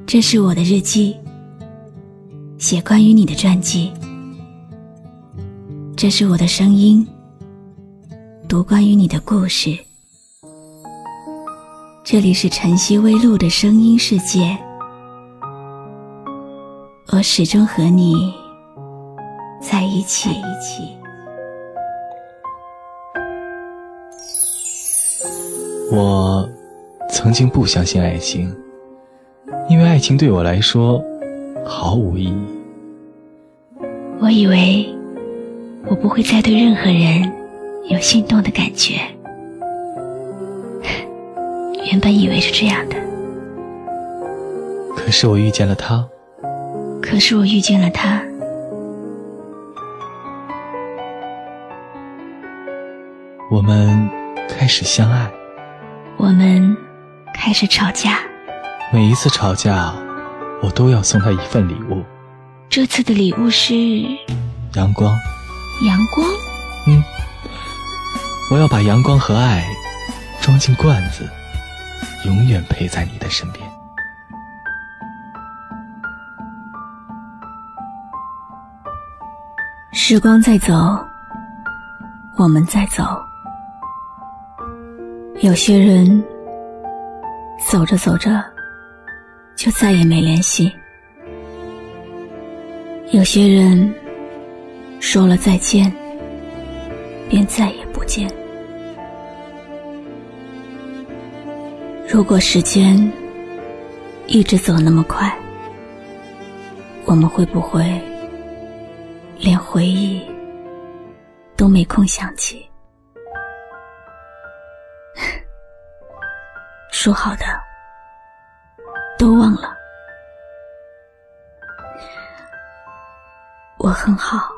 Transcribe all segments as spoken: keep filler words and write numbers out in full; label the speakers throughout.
Speaker 1: 这是我的日记，写关于你的传记。这是我的声音，读关于你的故事。这里是晨曦微露的声音世界，我始终和你在一起。
Speaker 2: 我曾经不相信爱情，因为爱情对我来说毫无意义。
Speaker 1: 我以为我不会再对任何人有心动的感觉，原本以为是这样的。
Speaker 2: 可是我遇见了他，
Speaker 1: 可是我遇见了他。
Speaker 2: 我们开始相爱，
Speaker 1: 我们开始吵架。
Speaker 2: 每一次吵架，我都要送他一份礼物。
Speaker 1: 这次的礼物是
Speaker 2: 阳光。
Speaker 1: 阳光？
Speaker 2: 嗯，我要把阳光和爱装进罐子，永远陪在你的身边。
Speaker 1: 时光在走，我们在走。有些人走着走着就再也没联系，有些人说了再见便再也不见。如果时间一直走那么快，我们会不会连回忆都没空想起？说好的都忘了。我很好，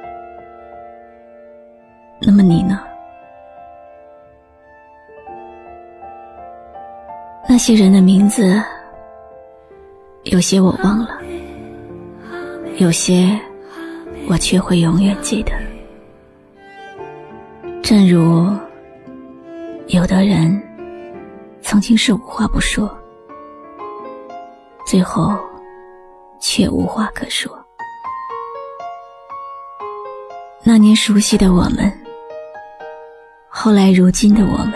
Speaker 1: 那么你呢？那些人的名字，有些我忘了，有些我却会永远记得。正如有的人曾经是无话不说，最后却无话可说。那年熟悉的我们，后来如今的我们，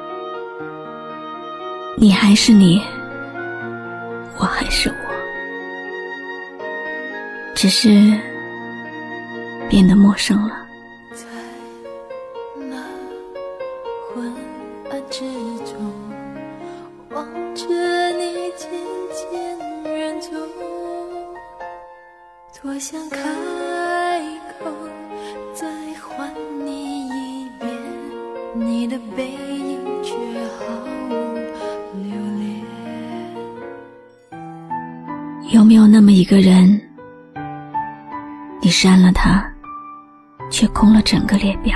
Speaker 1: 你还是你，我还是我，只是变得陌生了。
Speaker 3: 在那昏暗之中，望着你渐渐远走，多想开口再唤你一遍，你的背影却毫无留恋。
Speaker 1: 有没有那么一个人，你删了他，却空了整个列表，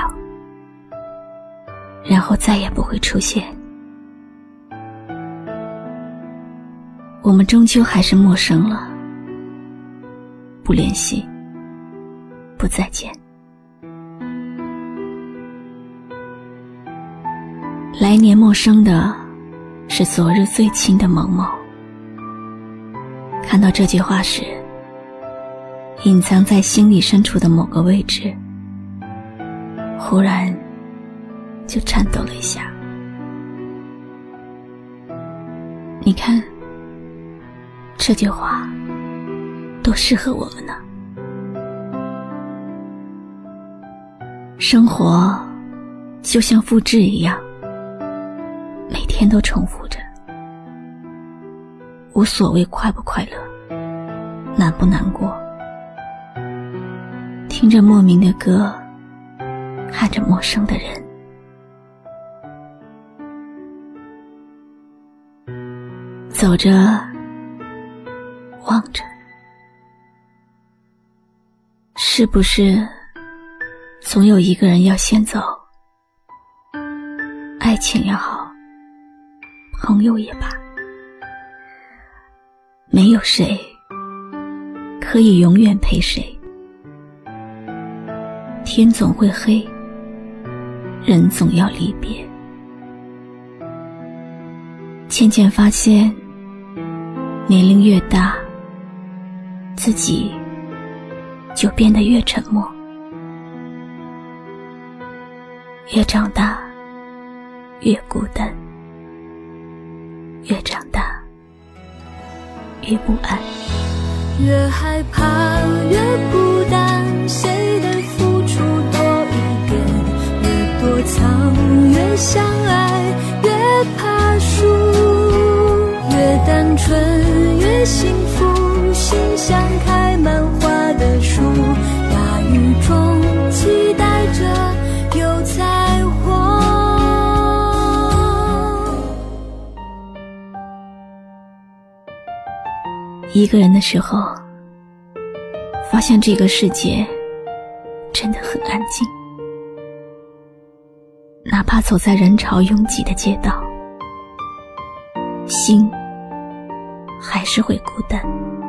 Speaker 1: 然后再也不会出现？我们终究还是陌生了，不联系，不再见。来年陌生的是昨日最亲的某某。看到这句话时，隐藏在心里深处的某个位置，忽然就颤抖了一下。你看，这句话多适合我们呢。生活就像复制一样，每天都重复着，无所谓快不快乐，难不难过，听着莫名的歌，看着陌生的人，走着望着，是不是总有一个人要先走？爱情也好，朋友也罢，没有谁可以永远陪谁。天总会黑，人总要离别。渐渐发现， 年龄越大，自己就变得越沉默，越长大越孤单，越长大越不安，
Speaker 3: 越害怕越孤单，谁的付出多一点，越躲藏越相爱，越怕输，越单纯越幸福，心像开满花的树，大雨中期待着有彩虹。
Speaker 1: 一个人的时候，发现这个世界真的很安静，哪怕走在人潮拥挤的街道，心还是会孤单。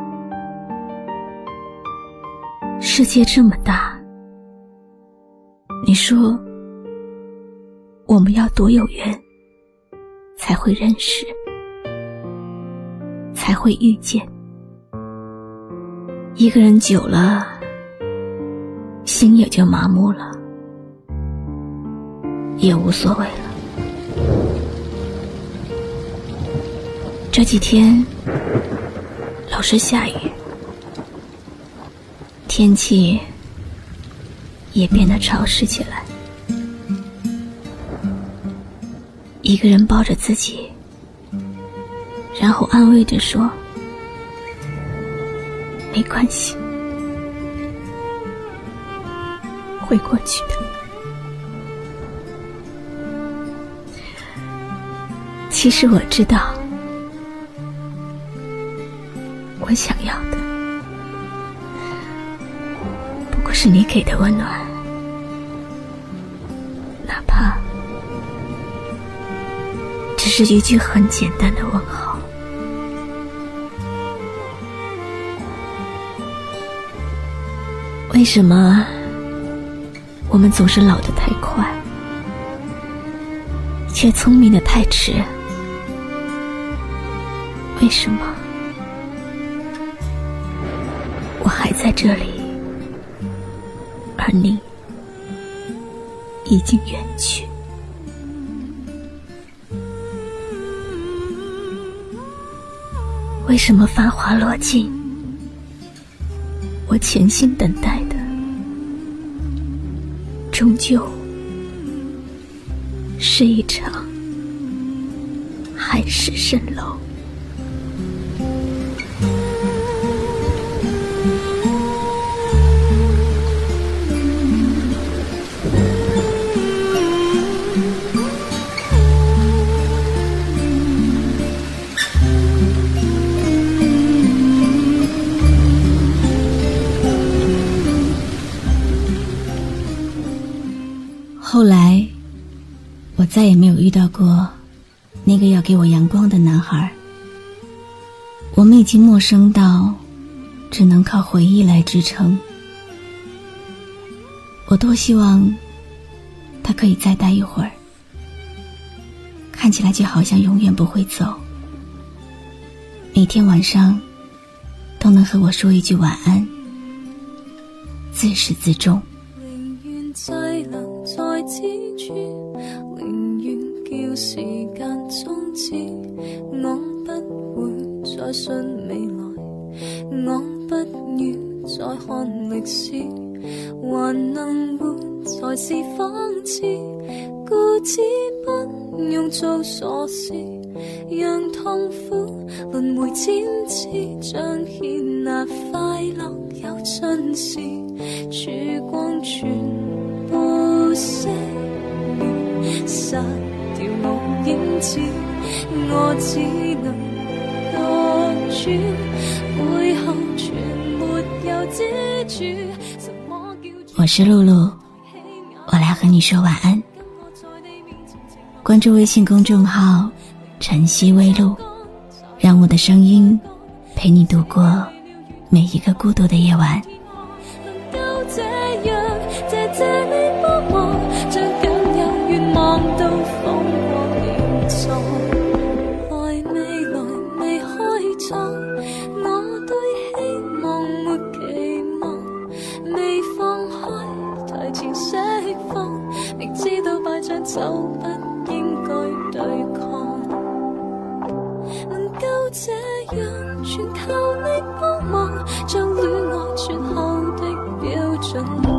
Speaker 1: 世界这么大，你说我们要多有缘才会认识，才会遇见。一个人久了，心也就麻木了，也无所谓了。这几天老是下雨，天气也变得潮湿起来。一个人抱着自己，然后安慰着说，没关系，会过去的。其实我知道，我想要的不过是你给的温暖，哪怕只是一句很简单的问候。为什么我们总是老得太快，却聪明得太迟？为什么我还在这里，而你已经远去？为什么繁华落尽，我潜心等待的终究是一场海市蜃楼？
Speaker 4: 后来我再也没有遇到过那个要给我阳光的男孩，我们已经陌生到只能靠回忆来支撑。我多希望他可以再待一会儿，看起来就好像永远不会走，每天晚上都能和我说一句晚安，自始至终。
Speaker 3: 再能再之處，寧願叫時間終止。我不會再信未來，我不要再看歷史，還能活才是諷刺。固執不用做傻事，讓痛苦輪迴漸次彰顯那快樂有盡時，曙光全不熄滅，殺掉無影子，我只能多轉，背後全沒有支柱。
Speaker 4: 我是露露，我来和你说晚安。关注微信公众号晨曦微露，让我的声音陪你度过每一个孤獨的夜晚。
Speaker 3: 能夠這樣謝謝你幫我，將僅有願望都放過現在，愛未來未開創。 就不應該對抗。能夠這樣全靠你幫忙，將戀愛最後的標準